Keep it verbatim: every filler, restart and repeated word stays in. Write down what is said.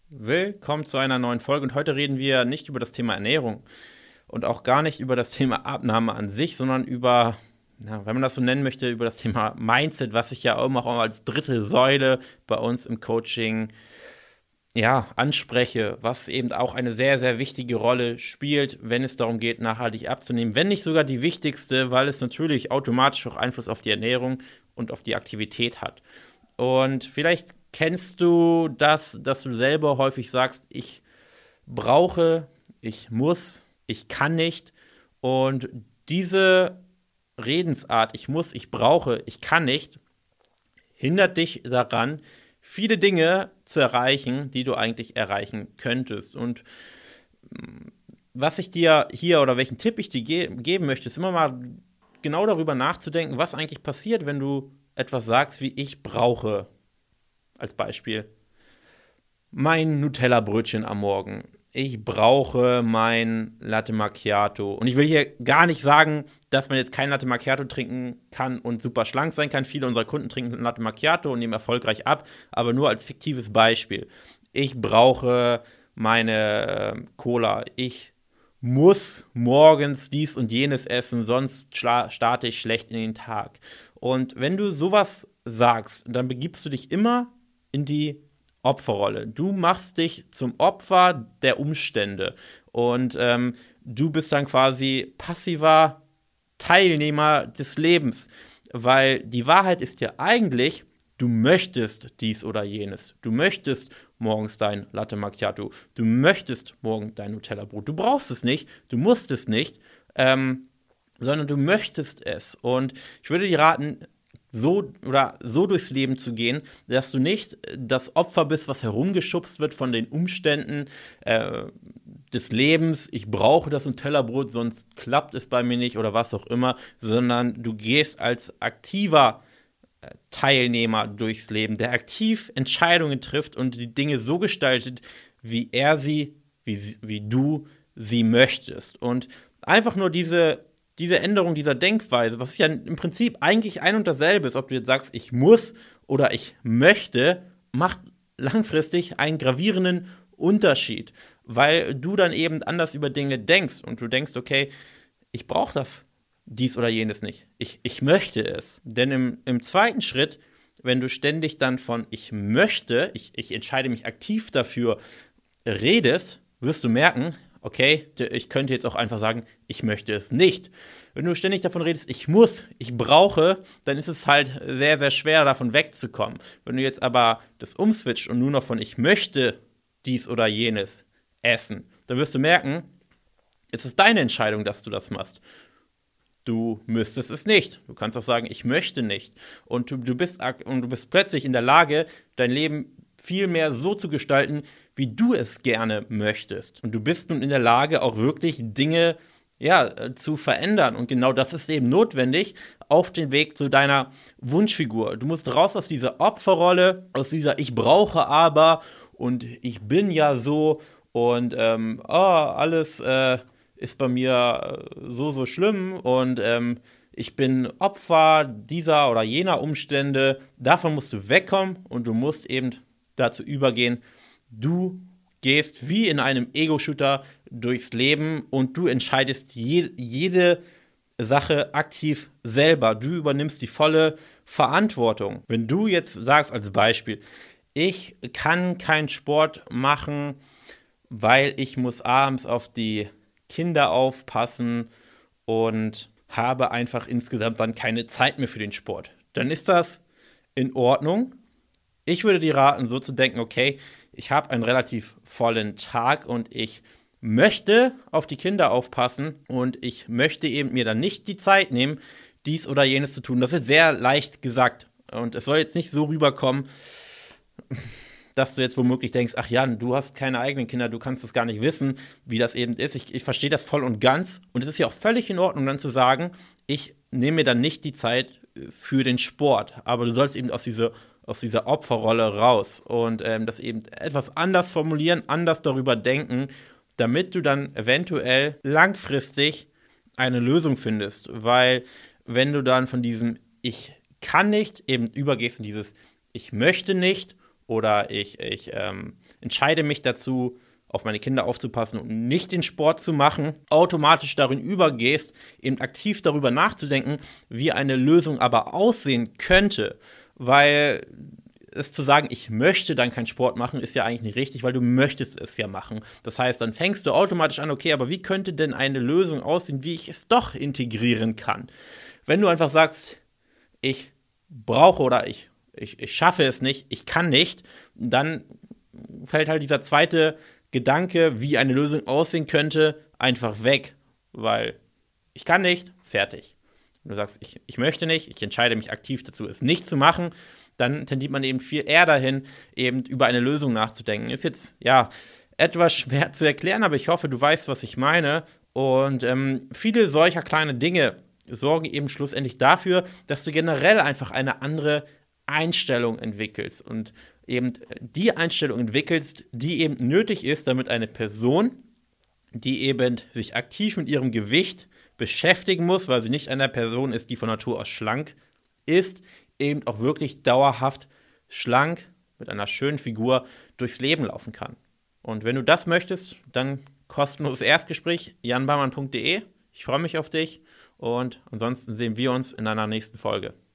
Willkommen zu einer neuen Folge und heute reden wir nicht über das Thema Ernährung und auch gar nicht über das Thema Abnahme an sich, sondern über, ja, wenn man das so nennen möchte, über das Thema Mindset, was ich ja auch immer als dritte Säule bei uns im Coaching ja, anspreche, was eben auch eine sehr, sehr wichtige Rolle spielt, wenn es darum geht, nachhaltig abzunehmen, wenn nicht sogar die wichtigste, weil es natürlich automatisch auch Einfluss auf die Ernährung und auf die Aktivität hat. Und vielleicht kennst du das, dass du selber häufig sagst, ich brauche, ich muss, ich kann nicht. Und diese Redensart, ich muss, ich brauche, ich kann nicht, hindert dich daran, viele Dinge zu erreichen, die du eigentlich erreichen könntest. Und was ich dir hier oder welchen Tipp ich dir ge- geben möchte, ist immer mal genau darüber nachzudenken, was eigentlich passiert, wenn du etwas sagst wie ich brauche. Als Beispiel mein Nutella-Brötchen am Morgen. Ich brauche mein Latte Macchiato. Und ich will hier gar nicht sagen, dass man jetzt kein Latte Macchiato trinken kann und super schlank sein kann. Viele unserer Kunden trinken Latte Macchiato und nehmen erfolgreich ab, aber nur als fiktives Beispiel. Ich brauche meine äh, Cola. Ich muss morgens dies und jenes essen, sonst schla- starte ich schlecht in den Tag. Und wenn du sowas sagst, dann begibst du dich immer in die Opferrolle. Du machst dich zum Opfer der Umstände und ähm, du bist dann quasi passiver Teilnehmer des Lebens, weil die Wahrheit ist ja eigentlich, du möchtest dies oder jenes. Du möchtest morgens dein Latte Macchiato. Du möchtest morgen dein Nutella-Brot. Du brauchst es nicht, du musst es nicht, ähm, sondern du möchtest es. Und ich würde dir raten, so oder so durchs Leben zu gehen, dass du nicht das Opfer bist, was herumgeschubst wird von den Umständen äh, des Lebens. Ich brauche das Nutella-Brot, sonst klappt es bei mir nicht oder was auch immer, sondern du gehst als aktiver äh, Teilnehmer durchs Leben, der aktiv Entscheidungen trifft und die Dinge so gestaltet, wie er sie, wie, sie, wie du sie möchtest. Und einfach nur diese diese Änderung dieser Denkweise, was ja im Prinzip eigentlich ein und dasselbe ist, ob du jetzt sagst, ich muss oder ich möchte, macht langfristig einen gravierenden Unterschied, weil du dann eben anders über Dinge denkst und du denkst, okay, ich brauche das, dies oder jenes nicht. Ich, ich möchte es. Denn im, im zweiten Schritt, wenn du ständig dann von ich möchte, ich, ich entscheide mich aktiv dafür, redest, wirst du merken, okay, ich könnte jetzt auch einfach sagen, ich möchte es nicht. Wenn du ständig davon redest, ich muss, ich brauche, dann ist es halt sehr, sehr schwer, davon wegzukommen. Wenn du jetzt aber das umswitcht und nur noch von ich möchte dies oder jenes essen, dann wirst du merken, es ist deine Entscheidung, dass du das machst. Du müsstest es nicht. Du kannst auch sagen, ich möchte nicht. Und du, du, bist, und du bist plötzlich in der Lage, dein Leben viel mehr so zu gestalten, wie du es gerne möchtest. Und du bist nun in der Lage, auch wirklich Dinge ja, zu verändern. Und genau das ist eben notwendig auf dem Weg zu deiner Wunschfigur. Du musst raus aus dieser Opferrolle, aus dieser ich brauche aber und ich bin ja so und ähm, oh, alles äh, ist bei mir so, so schlimm und ähm, ich bin Opfer dieser oder jener Umstände. Davon musst du wegkommen und du musst eben dazu übergehen, du gehst wie in einem Ego-Shooter durchs Leben und du entscheidest je, jede Sache aktiv selber. Du übernimmst die volle Verantwortung. Wenn du jetzt sagst als Beispiel, ich kann keinen Sport machen, weil ich muss abends auf die Kinder aufpassen und habe einfach insgesamt dann keine Zeit mehr für den Sport, dann ist das in Ordnung. Ich würde dir raten, so zu denken, okay, ich habe einen relativ vollen Tag und ich möchte auf die Kinder aufpassen und ich möchte eben mir dann nicht die Zeit nehmen, dies oder jenes zu tun. Das ist sehr leicht gesagt und es soll jetzt nicht so rüberkommen, dass du jetzt womöglich denkst, ach Jan, du hast keine eigenen Kinder, du kannst es gar nicht wissen, wie das eben ist. Ich, ich verstehe das voll und ganz und es ist ja auch völlig in Ordnung, dann zu sagen, ich nehme mir dann nicht die Zeit für den Sport, aber du sollst eben aus dieser aus dieser Opferrolle raus und ähm, das eben etwas anders formulieren, anders darüber denken, damit du dann eventuell langfristig eine Lösung findest. Weil wenn du dann von diesem Ich kann nicht eben übergehst in dieses Ich möchte nicht oder ich, ich ähm, entscheide mich dazu, auf meine Kinder aufzupassen und nicht den Sport zu machen, automatisch darin übergehst, eben aktiv darüber nachzudenken, wie eine Lösung aber aussehen könnte. Weil es zu sagen, ich möchte dann keinen Sport machen, ist ja eigentlich nicht richtig, weil du möchtest es ja machen. Das heißt, dann fängst du automatisch an, okay, aber wie könnte denn eine Lösung aussehen, wie ich es doch integrieren kann? Wenn du einfach sagst, ich brauche oder ich, ich, ich schaffe es nicht, ich kann nicht, dann fällt halt dieser zweite Gedanke, wie eine Lösung aussehen könnte, einfach weg, weil ich kann nicht, fertig. Wenn du sagst, ich, ich möchte nicht, ich entscheide mich aktiv dazu, es nicht zu machen, dann tendiert man eben viel eher dahin, eben über eine Lösung nachzudenken. Ist jetzt, ja, etwas schwer zu erklären, aber ich hoffe, du weißt, was ich meine. Und ähm, viele solcher kleine Dinge sorgen eben schlussendlich dafür, dass du generell einfach eine andere Einstellung entwickelst und eben die Einstellung entwickelst, die eben nötig ist, damit eine Person, die eben sich aktiv mit ihrem Gewicht beschäftigen muss, weil sie nicht eine Person ist, die von Natur aus schlank ist, eben auch wirklich dauerhaft schlank mit einer schönen Figur durchs Leben laufen kann. Und wenn du das möchtest, dann kostenloses Erstgespräch, jan baumann punkt de. Ich freue mich auf dich und ansonsten sehen wir uns in einer nächsten Folge.